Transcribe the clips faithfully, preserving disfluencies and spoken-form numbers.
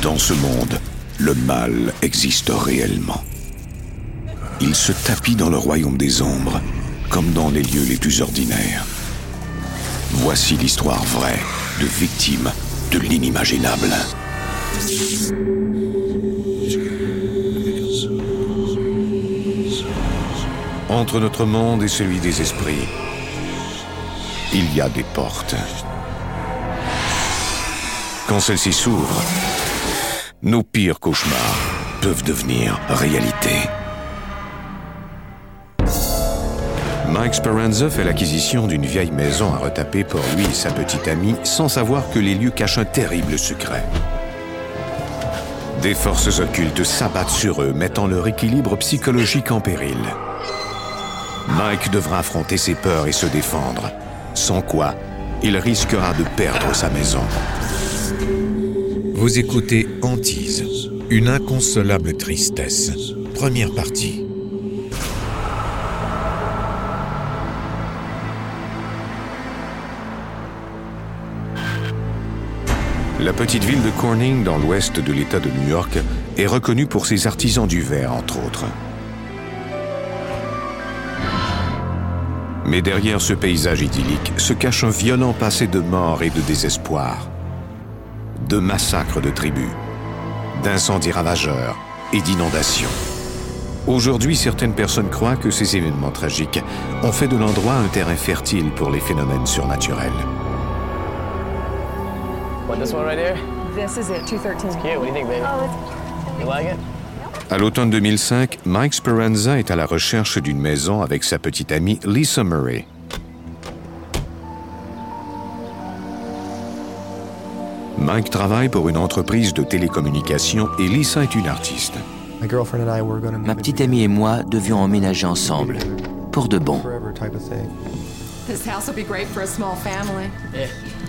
Dans ce monde, le mal existe réellement. Il se tapit dans le royaume des ombres, comme dans les lieux les plus ordinaires. Voici l'histoire vraie de victimes de l'inimaginable. Entre notre monde et celui des esprits, il y a des portes. Quand celles-ci s'ouvrent, nos pires cauchemars peuvent devenir réalité. Mike Speranza fait l'acquisition d'une vieille maison à retaper pour lui et sa petite amie sans savoir que les lieux cachent un terrible secret. Des forces occultes s'abattent sur eux, mettant leur équilibre psychologique en péril. Mike devra affronter ses peurs et se défendre, sans quoi il risquera de perdre sa maison. Vous écoutez Hantise, une inconsolable tristesse. Première partie. La petite ville de Corning, dans l'ouest de l'État de New York, est reconnue pour ses artisans du verre, entre autres. Mais derrière ce paysage idyllique se cache un violent passé de mort et de désespoir, de massacres de tribus, d'incendies ravageurs et d'inondations. Aujourd'hui, certaines personnes croient que ces événements tragiques ont fait de l'endroit un terrain fertile pour les phénomènes surnaturels. What, this one right here? This is it, two thirteen. It's cute. What do you think, baby? Oh, it's... You like it? À l'automne deux mille cinq, Mike Speranza est à la recherche d'une maison avec sa petite amie Lisa Murray. Mike travaille pour une entreprise de télécommunications et Lisa est une artiste. Ma petite amie et moi devions emménager ensemble, pour de bon. This house will be great for a small family. Yeah.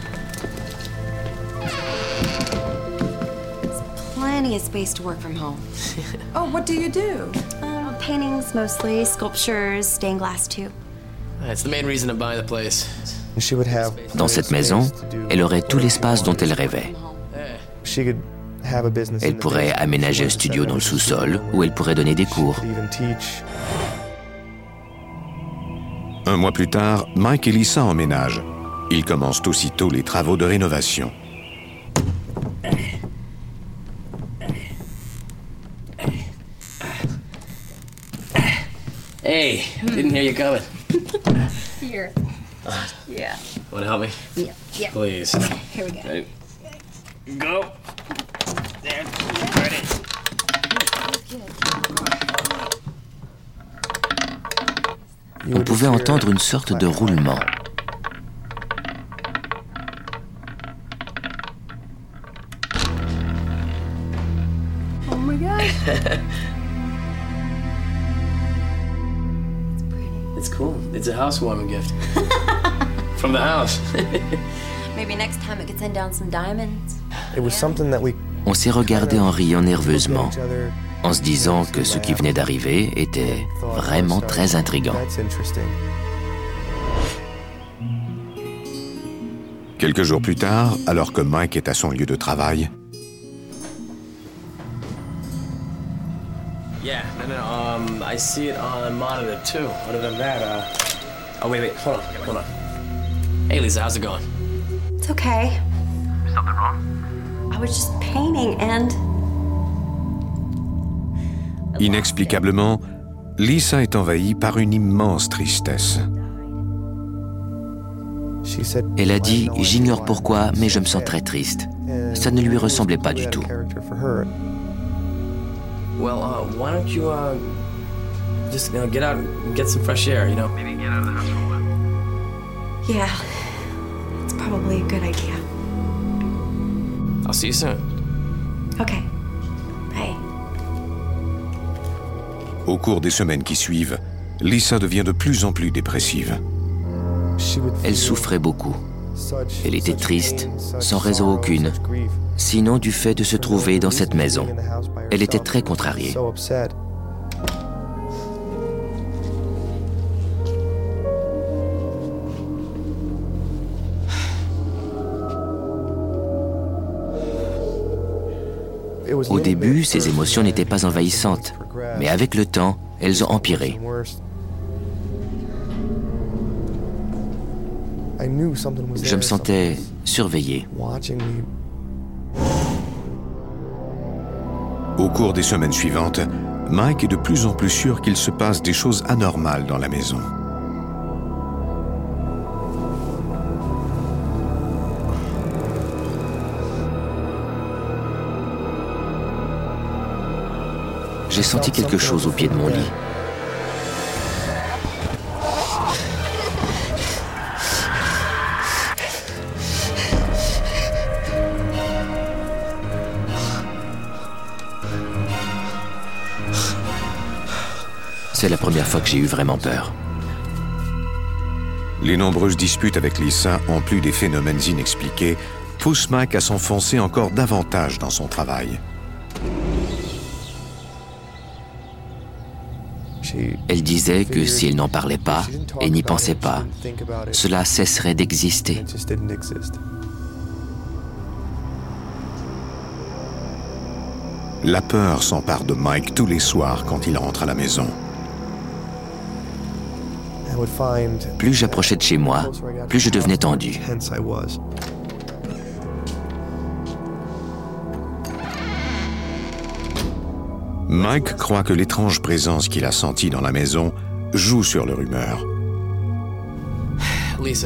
Plenty of space to work from home. Oh, what do you do? Um, paintings mostly, sculptures, stained glass too. That's the main reason to buy the place. Dans cette maison, elle aurait tout l'espace dont elle rêvait. Elle pourrait aménager un studio dans le sous-sol où elle pourrait donner des cours. Un mois plus tard, Mike et Lisa emménagent. Ils commencent aussitôt les travaux de rénovation. Hey, didn't hear you coming. Here. Yeah. Want to help me? Yeah. Yeah. Please. Here we go. Ready? Go. There. Ready. On pouvait entendre une sorte de roulement. Oh my God. It's cool. It's a housewarming gift. From the house. Maybe next time it could send down some diamonds. On s'est regardé en riant nerveusement, en se disant que ce qui venait d'arriver était vraiment très intriguant. Quelques jours plus tard, alors que Mike est à son lieu de travail, Yeah, no, no, no, um, I see it on monitor too. Other than that, uh... Oh, wait, wait, hold on, hold on. Hey, Lisa, how's it going? It's okay. Something wrong? I was just painting and... inexplicablement, Lisa est envahie par une immense tristesse. Elle a dit « J'ignore pourquoi, mais je me sens très triste ». Ça ne lui ressemblait pas du tout. Well, uh, why don't you, uh, just, you know, get out and get some fresh air, you know? Maybe get out of the house for a while. Yeah. It's probably a good idea. I'll see you soon. Okay. Bye. Au cours des semaines qui suivent, Lisa devient de plus en plus dépressive. Elle souffrait beaucoup. Elle était triste, sans raison aucune, sinon du fait de se trouver dans cette maison. Elle était très contrariée. Au début, ces émotions n'étaient pas envahissantes, mais avec le temps, elles ont empiré. Je me sentais surveillé. Au cours des semaines suivantes, Mike est de plus en plus sûr qu'il se passe des choses anormales dans la maison. J'ai senti quelque chose au pied de mon lit. C'est la première fois que j'ai eu vraiment peur. Les nombreuses disputes avec Lisa, en plus des phénomènes inexpliqués, poussent Mike à s'enfoncer encore davantage dans son travail. Elle disait que si elle n'en parlait pas et n'y pensait pas, cela cesserait d'exister. La peur s'empare de Mike tous les soirs quand il rentre à la maison. Plus j'approchais de chez moi, plus je devenais tendu. Mike croit que l'étrange présence qu'il a sentie dans la maison joue sur leur humeur. Lisa,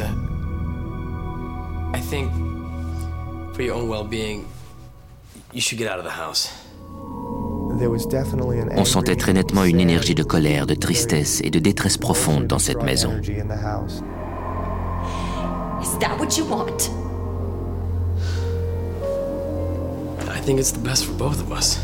I think for your own well-being, you should get out of the house. On sentait très nettement une énergie de colère, de tristesse et de détresse profonde dans cette maison. Is that what you want? I think it's the best for both of us.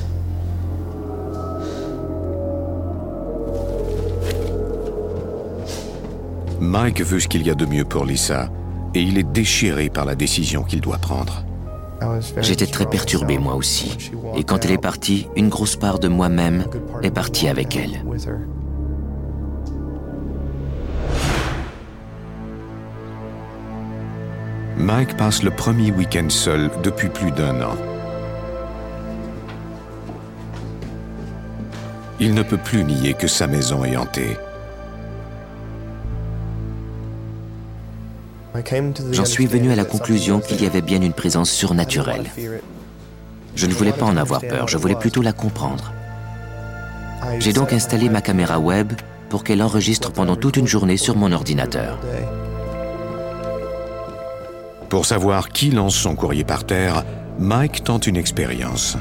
Mike veut ce qu'il y a de mieux pour Lisa et il est déchiré par la décision qu'il doit prendre. J'étais très perturbé moi aussi. Et quand elle est partie, une grosse part de moi-même est partie avec elle. Mike passe le premier week-end seul depuis plus d'un an. Il ne peut plus nier que sa maison est hantée. J'en suis venu à la conclusion qu'il y avait bien une présence surnaturelle. Je ne voulais pas en avoir peur, je voulais plutôt la comprendre. J'ai donc installé ma caméra web pour qu'elle enregistre pendant toute une journée sur mon ordinateur. Pour savoir qui lance son courrier par terre, Mike tente une expérience.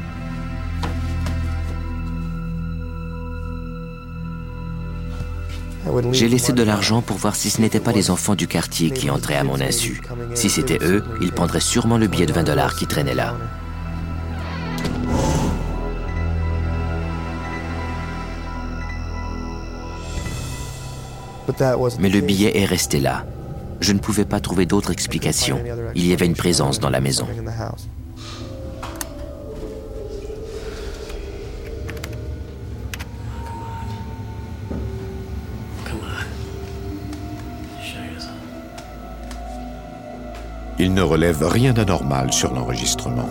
J'ai laissé de l'argent pour voir si ce n'étaient pas les enfants du quartier qui entraient à mon insu. Si c'était eux, ils prendraient sûrement le billet de vingt dollars qui traînait là. Mais le billet est resté là. Je ne pouvais pas trouver d'autre explication. Il y avait une présence dans la maison. Il ne relève rien d'anormal sur l'enregistrement.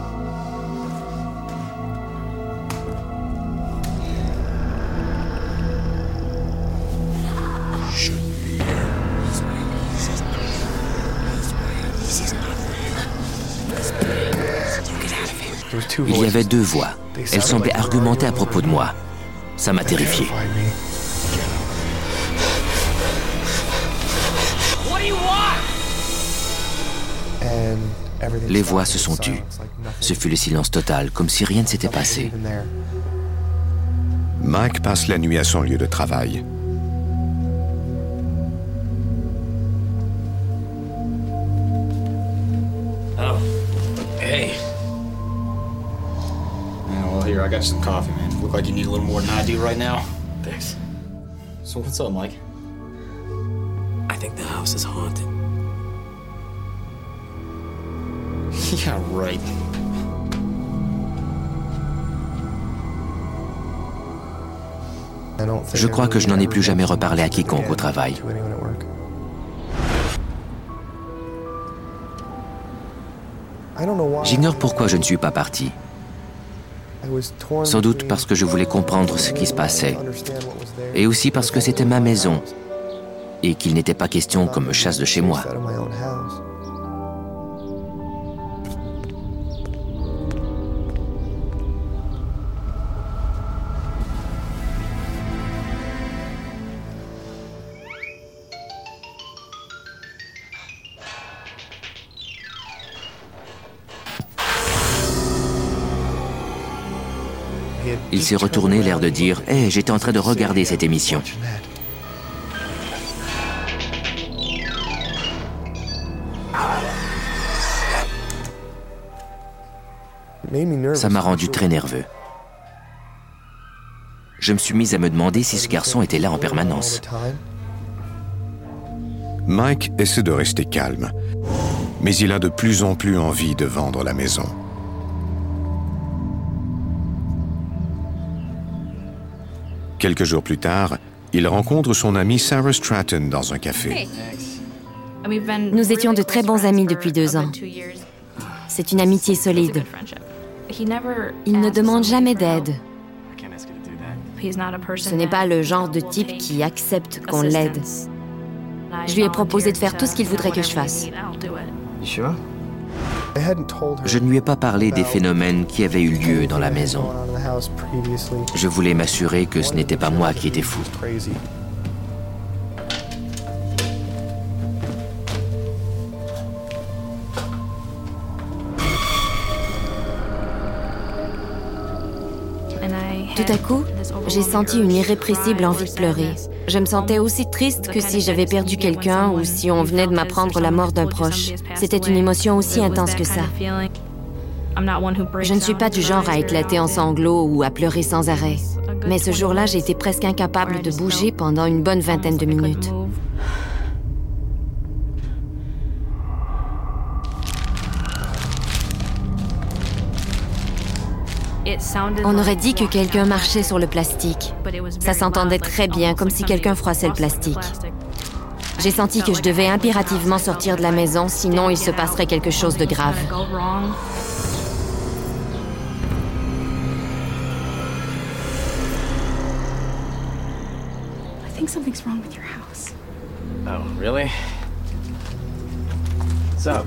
Il y avait deux voix. Elles semblaient argumenter à propos de moi. Ça m'a terrifié. Les voix se sont tues. Ce fut le silence total, comme si rien ne s'était passé. Mike passe la nuit à son lieu de travail. Oh, hey. Yeah, well, here, I got you some coffee, man. Look like you need a little more than I do right now. Thanks. So what's up, Mike? I think the house is haunted. Yeah, right. Je crois que je n'en ai plus jamais reparlé à quiconque au travail. J'ignore pourquoi je ne suis pas parti. Sans doute parce que je voulais comprendre ce qui se passait, et aussi parce que c'était ma maison, et qu'il n'était pas question qu'on me chasse de chez moi. Il s'est retourné, l'air de dire « Hé, hey, j'étais en train de regarder cette émission. » Ça m'a rendu très nerveux. Je me suis mis à me demander si ce garçon était là en permanence. Mike essaie de rester calme, mais il a de plus en plus envie de vendre la maison. Quelques jours plus tard, il rencontre son amie Sarah Stratton dans un café. Nous étions de très bons amis depuis deux ans. C'est une amitié solide. Il ne demande jamais d'aide. Ce n'est pas le genre de type qui accepte qu'on l'aide. Je lui ai proposé de faire tout ce qu'il voudrait que je fasse. Je ne lui ai pas parlé des phénomènes qui avaient eu lieu dans la maison. Je voulais m'assurer que ce n'était pas moi qui étais fou. Tout à coup, j'ai senti une irrépressible envie de pleurer. Je me sentais aussi triste que si j'avais perdu quelqu'un ou si on venait de m'apprendre la mort d'un proche. C'était une émotion aussi intense que ça. Je ne suis pas du genre à éclater en sanglots ou à pleurer sans arrêt. Mais ce jour-là, j'ai été presque incapable de bouger pendant une bonne vingtaine de minutes. On aurait dit que quelqu'un marchait sur le plastique. Ça s'entendait très bien, comme si quelqu'un froissait le plastique. J'ai senti que je devais impérativement sortir de la maison, sinon il se passerait quelque chose de grave. I think something's wrong with your house. Oh, really? What's up?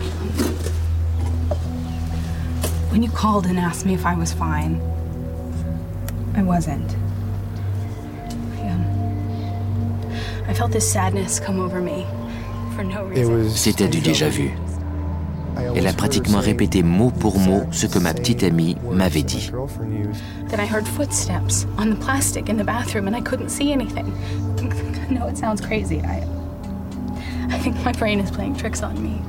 When you called and asked me if I was fine, I wasn't. I, um, I felt this sadness come over me for no reason. C'était du déjà-vu. Elle a pratiquement répété mot pour mot ce que ma petite amie m'avait dit. Then I heard footsteps on the plastic in the bathroom and I couldn't see anything. I know it sounds crazy. I, I think my brain is playing tricks on me.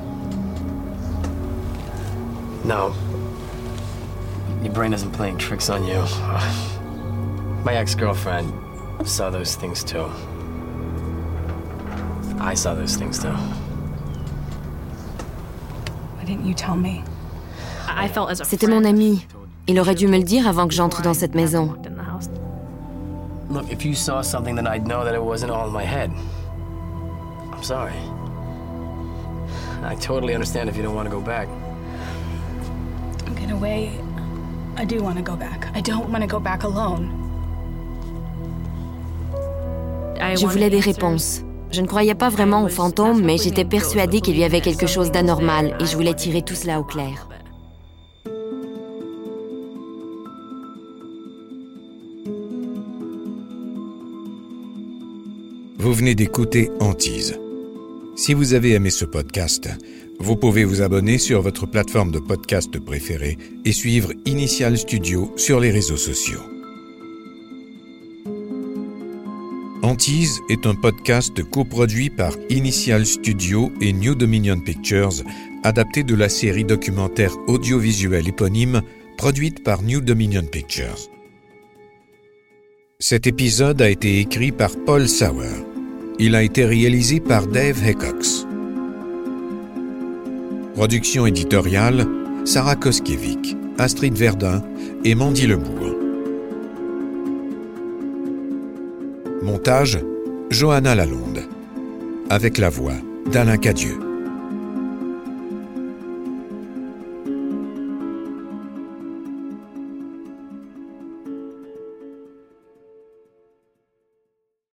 No. Your brain isn't playing tricks on you. My ex-girlfriend saw those things too. I saw those things too. Why didn't you tell me? C'était mon ami. Il aurait dû me le dire avant que j'entre dans cette maison. Look, if you saw something, then I'd know that it wasn't all in my head. I'm sorry. I totally understand if you don't want to go back. In a way, I do want to go back. I don't want to go back alone. Je voulais des réponses. Je ne croyais pas vraiment aux fantômes, mais j'étais persuadée qu'il y avait quelque chose d'anormal et je voulais tirer tout cela au clair. Vous venez d'écouter Hantise. Si vous avez aimé ce podcast, vous pouvez vous abonner sur votre plateforme de podcast préférée et suivre Initial Studio sur les réseaux sociaux. Hantise est un podcast coproduit par Initial Studio et New Dominion Pictures, adapté de la série documentaire audiovisuelle éponyme produite par New Dominion Pictures. Cet épisode a été écrit par Paul Sauer. Il a été réalisé par Dave Hickox. Production éditoriale, Sarah Koskiewicz, Astrid Verdun et Mandy Lebourg. Montage, Johanna Lalonde. Avec la voix d'Alain Cadieux.